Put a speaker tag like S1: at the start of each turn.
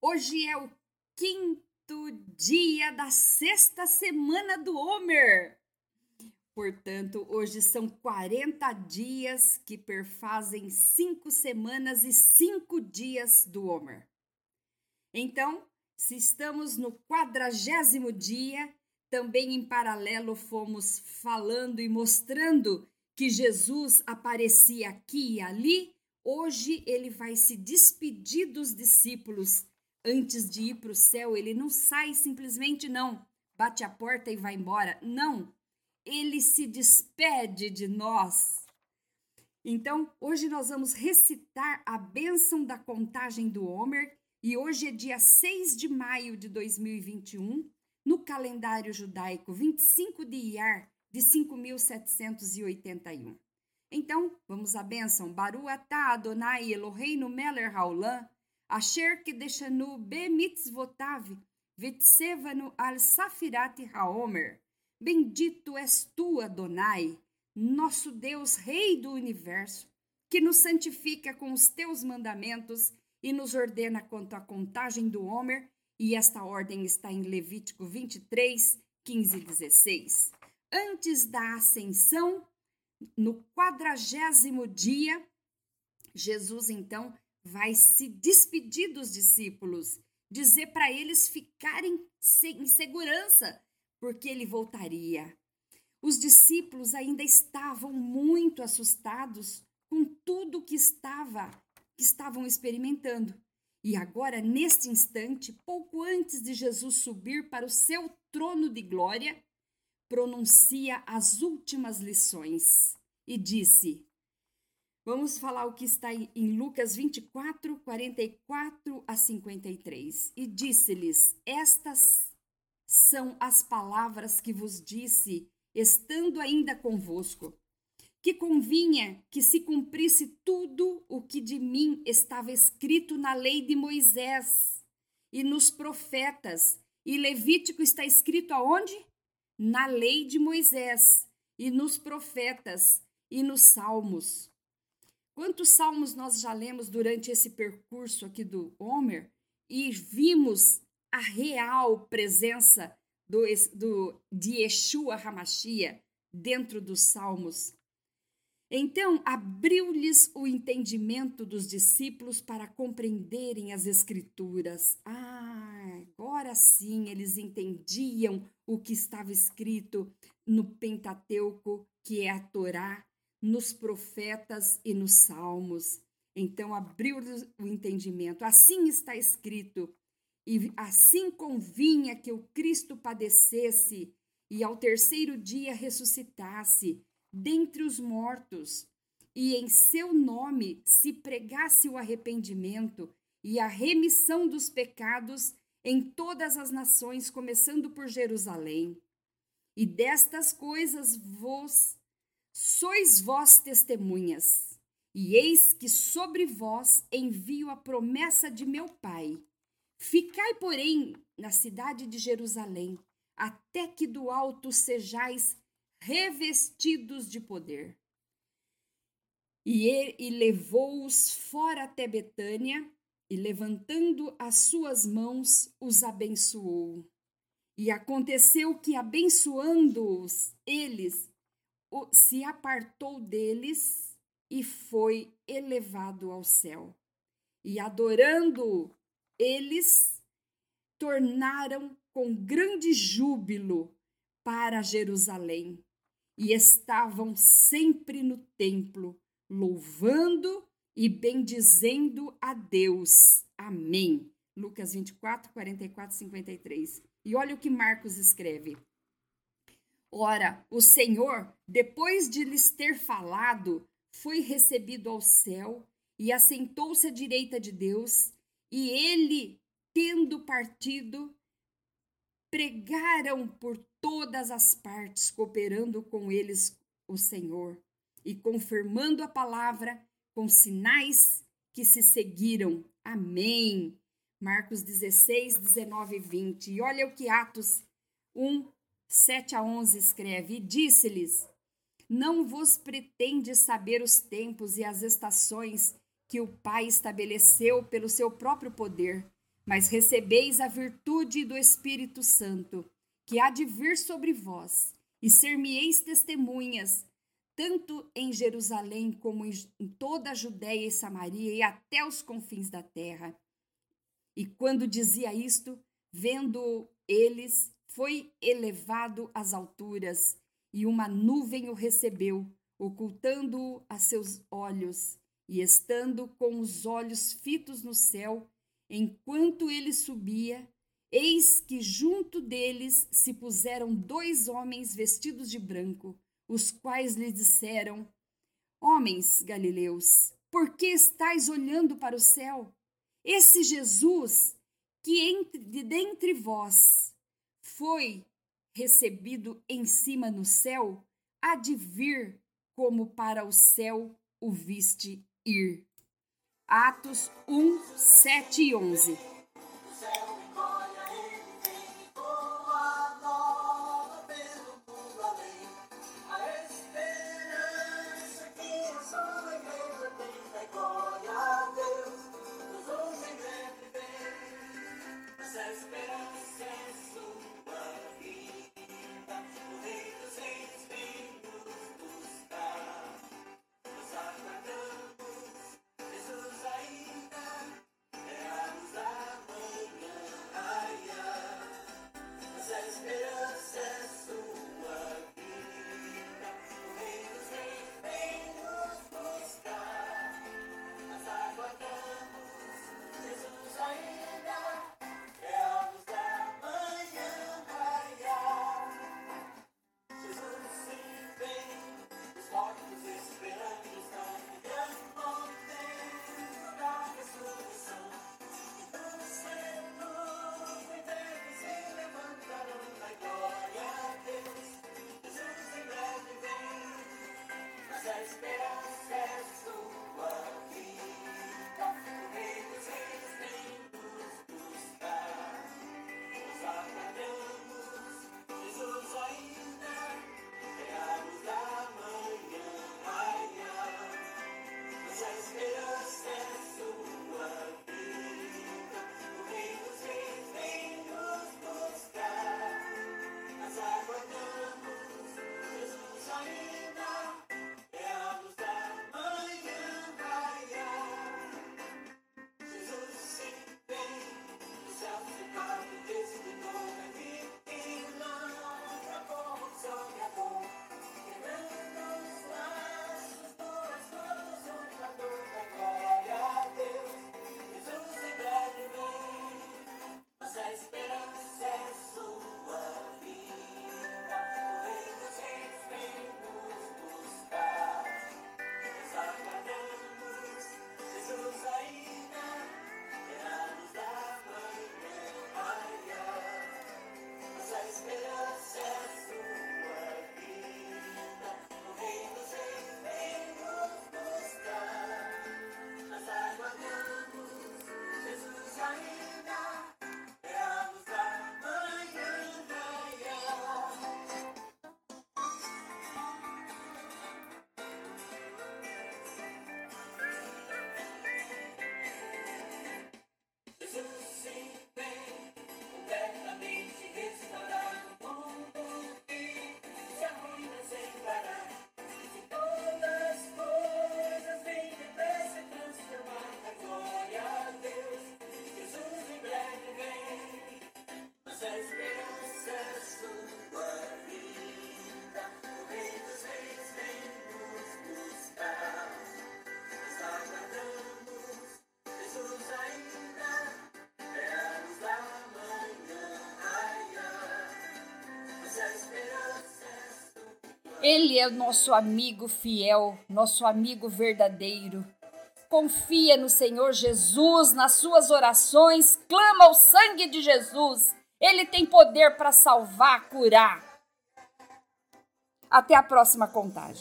S1: Hoje é o quinto dia da sexta semana do Homer. Portanto, hoje são 40 dias que perfazem 5 semanas e 5 dias do Homer. Então, se estamos no 40º dia, também em paralelo fomos falando e mostrando que Jesus aparecia aqui e ali. Hoje ele vai se despedir dos discípulos antes de ir para o céu. Ele não sai simplesmente, não, bate a porta e vai embora. Não, ele se despede de nós. Então, hoje nós vamos recitar a bênção da contagem do Homer. E hoje é dia 6 de maio de 2021, no calendário judaico, 25 de Iyar de 5.781. Então, vamos à bênção. Baru atah Adonai Eloheinu melech haolam, asher kedeshanu bemitzvotav, vetsevanu al safirat haomer. Bendito és tu, Adonai, nosso Deus, Rei do Universo, que nos santifica com os teus mandamentos e nos ordena quanto à contagem do Homer, e esta ordem está em Levítico 23, 15 e 16. Antes da ascensão, no 40º dia, Jesus então vai se despedir dos discípulos, dizer para eles ficarem em segurança, porque ele voltaria. Os discípulos ainda estavam muito assustados com tudo que estavam experimentando. E agora, neste instante, pouco antes de Jesus subir para o seu trono de glória, pronuncia as últimas lições e disse, vamos falar o que está em Lucas 24, 44 a 53. E disse-lhes, estas são as palavras que vos disse, estando ainda convosco, que convinha que se cumprisse tudo o que de mim estava escrito na lei de Moisés e nos profetas. E Levítico está escrito aonde? Na lei de Moisés e nos profetas e nos salmos. Quantos salmos nós já lemos durante esse percurso aqui do Homer e vimos a real presença de Yeshua HaMashiach dentro dos salmos? Então, abriu-lhes o entendimento dos discípulos para compreenderem as Escrituras. Agora sim eles entendiam o que estava escrito no Pentateuco, que é a Torá, nos profetas e nos salmos. Então, abriu-lhes o entendimento. Assim está escrito, e assim convinha que o Cristo padecesse e ao terceiro dia ressuscitasse dentre os mortos, e em seu nome se pregasse o arrependimento e a remissão dos pecados em todas as nações, começando por Jerusalém. E destas coisas sois vós testemunhas, e eis que sobre vós envio a promessa de meu Pai. Ficai, porém, na cidade de Jerusalém, até que do alto sejais revestidos de poder. E levou-os fora até Betânia, e levantando as suas mãos, os abençoou. E aconteceu que, abençoando-os, se apartou deles e foi elevado ao céu. E adorando eles, tornaram com grande júbilo para Jerusalém. E estavam sempre no templo, louvando e bendizendo a Deus. Amém. Lucas 24, 44, 53. E olha o que Marcos escreve. Ora, o Senhor, depois de lhes ter falado, foi recebido ao céu e assentou-se à direita de Deus, e ele, tendo partido, pregaram por todas as partes, cooperando com eles o Senhor e confirmando a palavra com sinais que se seguiram. Amém. Marcos 16, 19 e 20. E olha o que Atos 1, 7 a 11 escreve. E disse-lhes, não vos pretende saber os tempos e as estações que o Pai estabeleceu pelo seu próprio poder, mas recebeis a virtude do Espírito Santo, que há de vir sobre vós, e ser-me-eis testemunhas, tanto em Jerusalém como em toda a Judéia e Samaria e até os confins da terra. E quando dizia isto, vendo eles, foi elevado às alturas, e uma nuvem o recebeu, ocultando-o a seus olhos, e estando com os olhos fitos no céu, enquanto ele subia, eis que junto deles se puseram 2 homens vestidos de branco, os quais lhe disseram: Homens galileus, por que estáis olhando para o céu? Esse Jesus que de dentre vós foi recebido em cima no céu, há de vir como para o céu o viste ir. Atos 1, 7 e 11. Ele é o nosso amigo fiel, nosso amigo verdadeiro. Confia no Senhor Jesus, nas suas orações, clama o sangue de Jesus. Ele tem poder para salvar, curar. Até a próxima contagem.